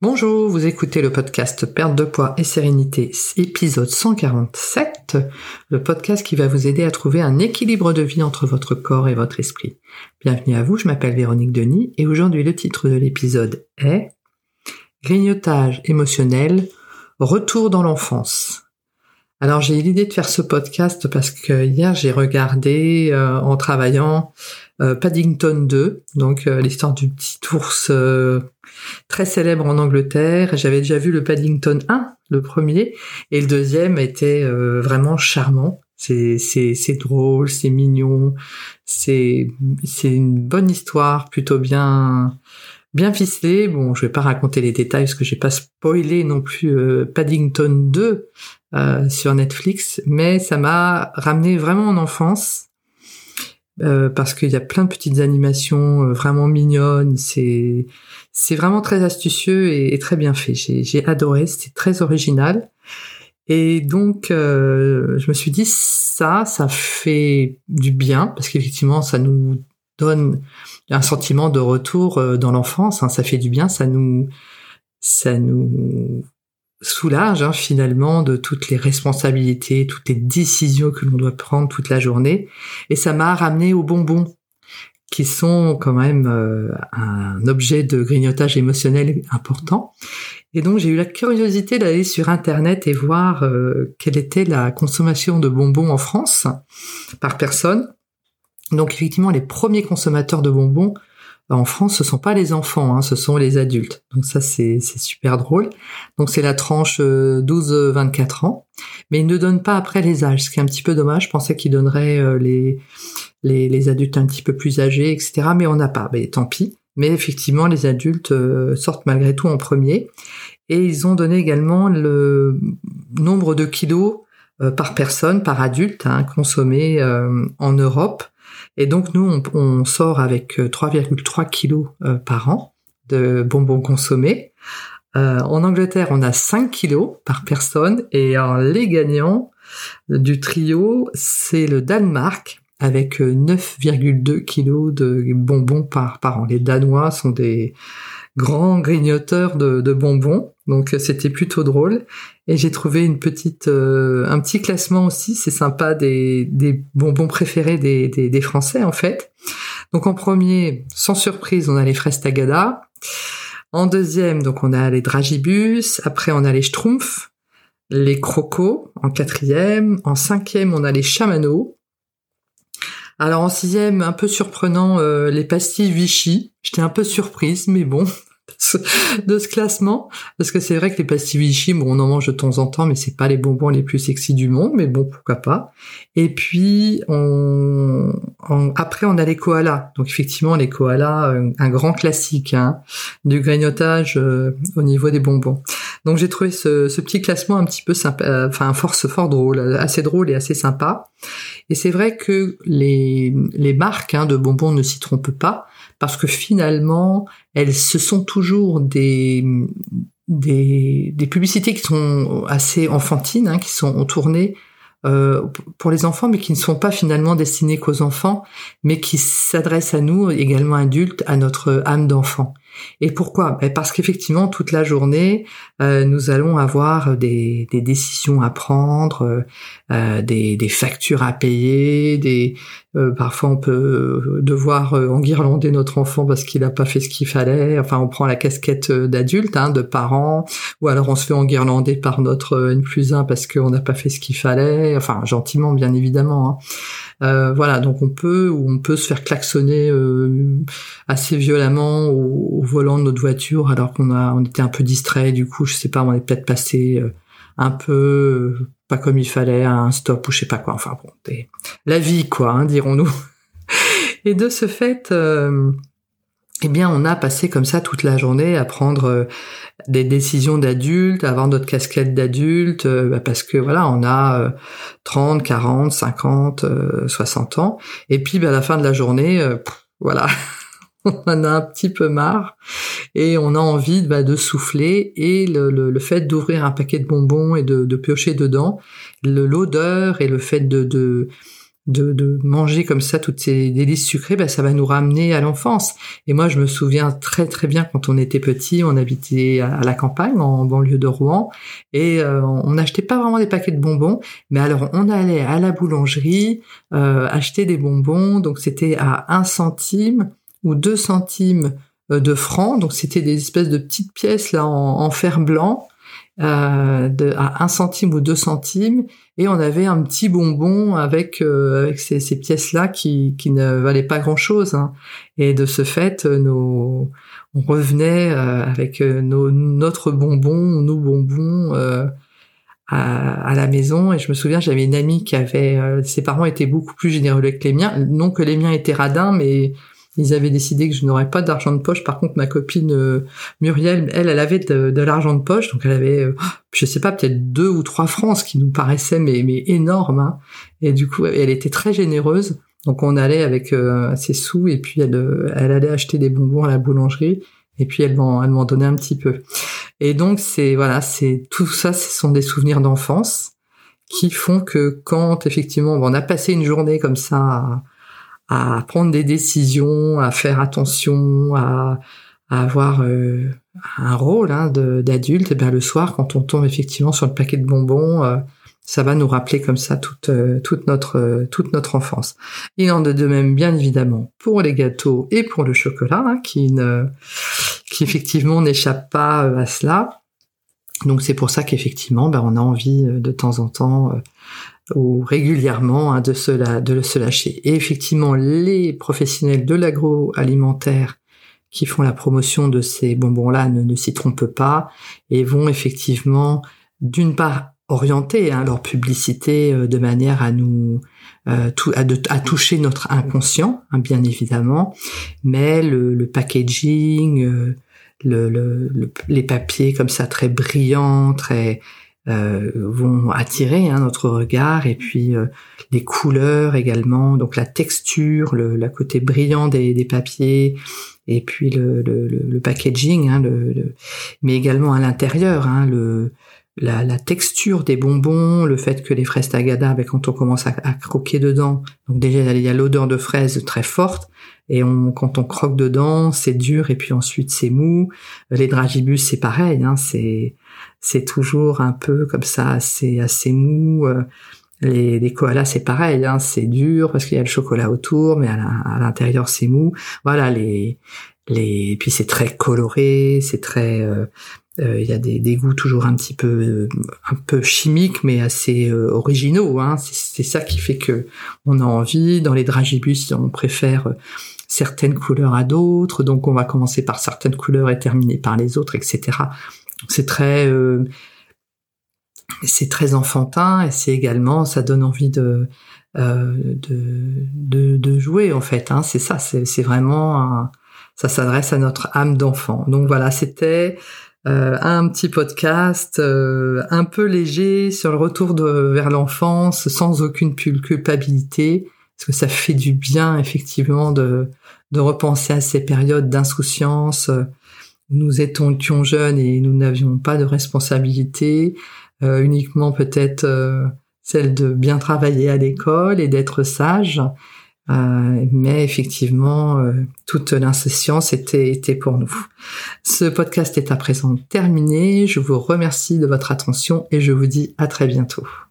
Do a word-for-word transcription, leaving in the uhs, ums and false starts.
Bonjour, vous écoutez le podcast Perte de poids et sérénité, épisode cent quarante-sept, le podcast qui va vous aider à trouver un équilibre de vie entre votre corps et votre esprit. Bienvenue à vous, je m'appelle Véronique Denis et aujourd'hui le titre de l'épisode est Grignotage émotionnel, retour dans l'enfance. Alors j'ai eu l'idée de faire ce podcast parce que hier j'ai regardé euh, en travaillant euh, Paddington deux, donc euh, l'histoire du petit ours euh, très célèbre en Angleterre. J'avais déjà vu le Paddington un, le premier, et le deuxième était euh, vraiment charmant. C'est, c'est, c'est drôle, c'est mignon, c'est, c'est une bonne histoire, plutôt bien, bien ficelée. Bon, je vais pas raconter les détails parce que j'ai pas spoilé non plus euh, Paddington deux euh, sur Netflix, mais ça m'a ramené vraiment en enfance. Euh, parce qu'il y a plein de petites animations euh, vraiment mignonnes, c'est c'est vraiment très astucieux et, et très bien fait. J'ai j'ai adoré, c'était très original. Et donc euh, je me suis dit ça, ça fait du bien parce qu'effectivement ça nous donne un sentiment de retour euh, dans l'enfance. Hein, ça fait du bien, ça nous ça nous soulage hein, finalement de toutes les responsabilités, toutes les décisions que l'on doit prendre toute la journée, et ça m'a ramené aux bonbons qui sont quand même euh, un objet de grignotage émotionnel important. Et donc j'ai eu la curiosité d'aller sur internet et voir euh, quelle était la consommation de bonbons en France par personne. Donc effectivement les premiers consommateurs de bonbons en France, ce sont pas les enfants, hein, ce sont les adultes. Donc ça, c'est, c'est super drôle. Donc c'est la tranche euh, douze vingt-quatre ans. Mais ils ne donnent pas après les âges, ce qui est un petit peu dommage. Je pensais qu'ils donneraient euh, les, les, les adultes un petit peu plus âgés, et cetera. Mais on n'a pas. Mais tant pis. Mais effectivement, les adultes euh, sortent malgré tout en premier. Et ils ont donné également le nombre de kilos euh, par personne, par adulte, hein, consommés euh, en Europe. Et donc nous, on, on sort avec trois virgule trois kilos euh, par an de bonbons consommés. Euh, en Angleterre, on a cinq kilos par personne. Et en les gagnants du trio, c'est le Danemark avec neuf virgule deux kilos de bonbons par, par an. Les Danois sont des grands grignoteurs de, de bonbons. Donc c'était plutôt drôle. Et j'ai trouvé une petite, euh, un petit classement aussi, c'est sympa, des, des bonbons préférés des, des, des Français en fait. Donc en premier, sans surprise, on a les fraises Tagada. En deuxième, donc on a les Dragibus. Après on a les Schtroumpfs, les Crocos en quatrième. En cinquième, on a les Chamano. Alors en sixième, un peu surprenant, euh, les pastilles Vichy. J'étais un peu surprise, mais bon, de ce classement, parce que c'est vrai que les pastilles Vichy, bon, on en mange de temps en temps, mais c'est pas les bonbons les plus sexy du monde, mais bon, pourquoi pas. Et puis, on, on après, on a les koalas. Donc effectivement, les koalas, un, un grand classique hein, du grignotage euh, au niveau des bonbons. Donc j'ai trouvé ce, ce petit classement un petit peu sympa, euh, enfin force fort drôle, assez drôle et assez sympa. Et c'est vrai que les, les marques hein, de bonbons ne s'y trompent pas, parce que finalement, elles, ce sont toujours des, des, des publicités qui sont assez enfantines, hein, qui sont tournées euh, pour les enfants, mais qui ne sont pas finalement destinées qu'aux enfants, mais qui s'adressent à nous, également adultes, à notre âme d'enfant. Et pourquoi ? Ben parce qu'effectivement, toute la journée, euh, nous allons avoir des, des décisions à prendre, euh, des, des factures à payer, des euh, parfois on peut devoir euh, enguirlander notre enfant parce qu'il n'a pas fait ce qu'il fallait. Enfin, on prend la casquette d'adulte, hein, de parents, ou alors on se fait enguirlander par notre N plus un parce qu'on n'a pas fait ce qu'il fallait. Enfin, gentiment, bien évidemment. Hein. Euh, voilà, donc on peut ou on peut se faire klaxonner euh, assez violemment au, au volant de notre voiture alors qu'on a on était un peu distrait. Du coup, je sais pas, on est peut-être passé euh, un peu euh, pas comme il fallait à un stop ou je sais pas quoi. Enfin bon, des... la vie quoi, hein, dirons-nous. Et de ce fait, euh, eh bien, on a passé comme ça toute la journée à prendre euh, des décisions d'adultes, à avoir notre casquette d'adulte, euh, bah parce que voilà, on a euh, trente, quarante, cinquante, euh, soixante ans. Et puis, bah, à la fin de la journée, euh, pff, voilà, on en a un petit peu marre et on a envie bah, de souffler. Et le, le, le fait d'ouvrir un paquet de bonbons et de, de piocher dedans, le, l'odeur et le fait de... de de, de manger comme ça toutes ces délices sucrées, ben ça va nous ramener à l'enfance. Et moi, je me souviens très très bien quand on était petit, on habitait à la campagne, en banlieue de Rouen, et euh, on n'achetait pas vraiment des paquets de bonbons, mais alors on allait à la boulangerie euh, acheter des bonbons, donc c'était à un centime ou deux centimes de francs, donc c'était des espèces de petites pièces là en, en fer blanc, Euh, de, à un centime ou deux centimes, et on avait un petit bonbon avec euh, avec ces, ces pièces-là qui qui ne valaient pas grand-chose, hein. Et de ce fait, nos on revenait euh, avec nos, notre bonbon, nos bonbons euh, à, à la maison. Et je me souviens, j'avais une amie qui avait, euh, ses parents étaient beaucoup plus généreux que les miens. Non que les miens étaient radins, mais ils avaient décidé que je n'aurais pas d'argent de poche. Par contre, ma copine euh, Muriel, elle, elle avait de, de l'argent de poche, donc elle avait, euh, je sais pas, peut-être deux ou trois francs, ce qui nous paraissait mais, mais énorme, hein. Et du coup, elle était très généreuse. Donc on allait avec euh, ses sous, et puis elle, elle allait acheter des bonbons à la boulangerie, et puis elle m'en, elle m'en donnait un petit peu. Et donc c'est voilà, c'est tout ça, ce sont des souvenirs d'enfance qui font que quand effectivement on a passé une journée comme ça à, à prendre des décisions, à faire attention, à, à avoir euh, un rôle hein, de, d'adulte, et bien le soir, quand on tombe effectivement sur le paquet de bonbons, euh, ça va nous rappeler comme ça toute, euh, toute notre, euh, toute notre enfance. Il en est de même, bien évidemment, pour les gâteaux et pour le chocolat, hein, qui, ne, qui effectivement n'échappe pas à cela. Donc c'est pour ça qu'effectivement, ben, on a envie de temps en temps... Euh, ou régulièrement hein, de, se la, de se lâcher. Et effectivement, les professionnels de l'agroalimentaire qui font la promotion de ces bonbons-là ne, ne s'y trompent pas et vont effectivement, d'une part, orienter hein, leur publicité euh, de manière à nous euh, tout, à, de, à toucher notre inconscient, hein, bien évidemment, mais le, le packaging, euh, le, le, le, les papiers comme ça très brillants, très Euh, vont attirer hein, notre regard, et puis euh, les couleurs également, donc la texture, le, le côté brillant des, des papiers, et puis le, le, le packaging, hein, le, le, mais également à l'intérieur, hein, le, la, la texture des bonbons, le fait que les fraises Tagada, ben, quand on commence à, à croquer dedans, donc déjà il y a l'odeur de fraise très forte, et on, quand on croque dedans, c'est dur, et puis ensuite c'est mou. Les dragibus, c'est pareil, hein, c'est c'est toujours un peu comme ça, assez assez mou. Les, les koalas, c'est pareil, hein, c'est dur parce qu'il y a le chocolat autour, mais à, la, à l'intérieur c'est mou. Voilà, les les, et puis c'est très coloré, c'est très, euh, euh, il y a des, des goûts toujours un petit peu euh, un peu chimiques, mais assez euh, originaux, hein. C'est, c'est ça qui fait que on a envie. Dans les dragibus, on préfère certaines couleurs à d'autres, donc on va commencer par certaines couleurs et terminer par les autres, et cetera. C'est très, euh, c'est très enfantin, et c'est également, ça donne envie de, euh, de, de, de jouer en fait. Hein. C'est ça, c'est, c'est vraiment, un, ça s'adresse à notre âme d'enfant. Donc voilà, c'était euh, un petit podcast euh, un peu léger sur le retour de, vers l'enfance, sans aucune culpabilité, parce que ça fait du bien effectivement de, de repenser à ces périodes d'insouciance. Nous étions jeunes et nous n'avions pas de responsabilité, euh, uniquement peut-être euh, celle de bien travailler à l'école et d'être sage, euh, mais effectivement, euh, toute l'insouciance était, était pour nous. Ce podcast est à présent terminé, je vous remercie de votre attention et je vous dis à très bientôt.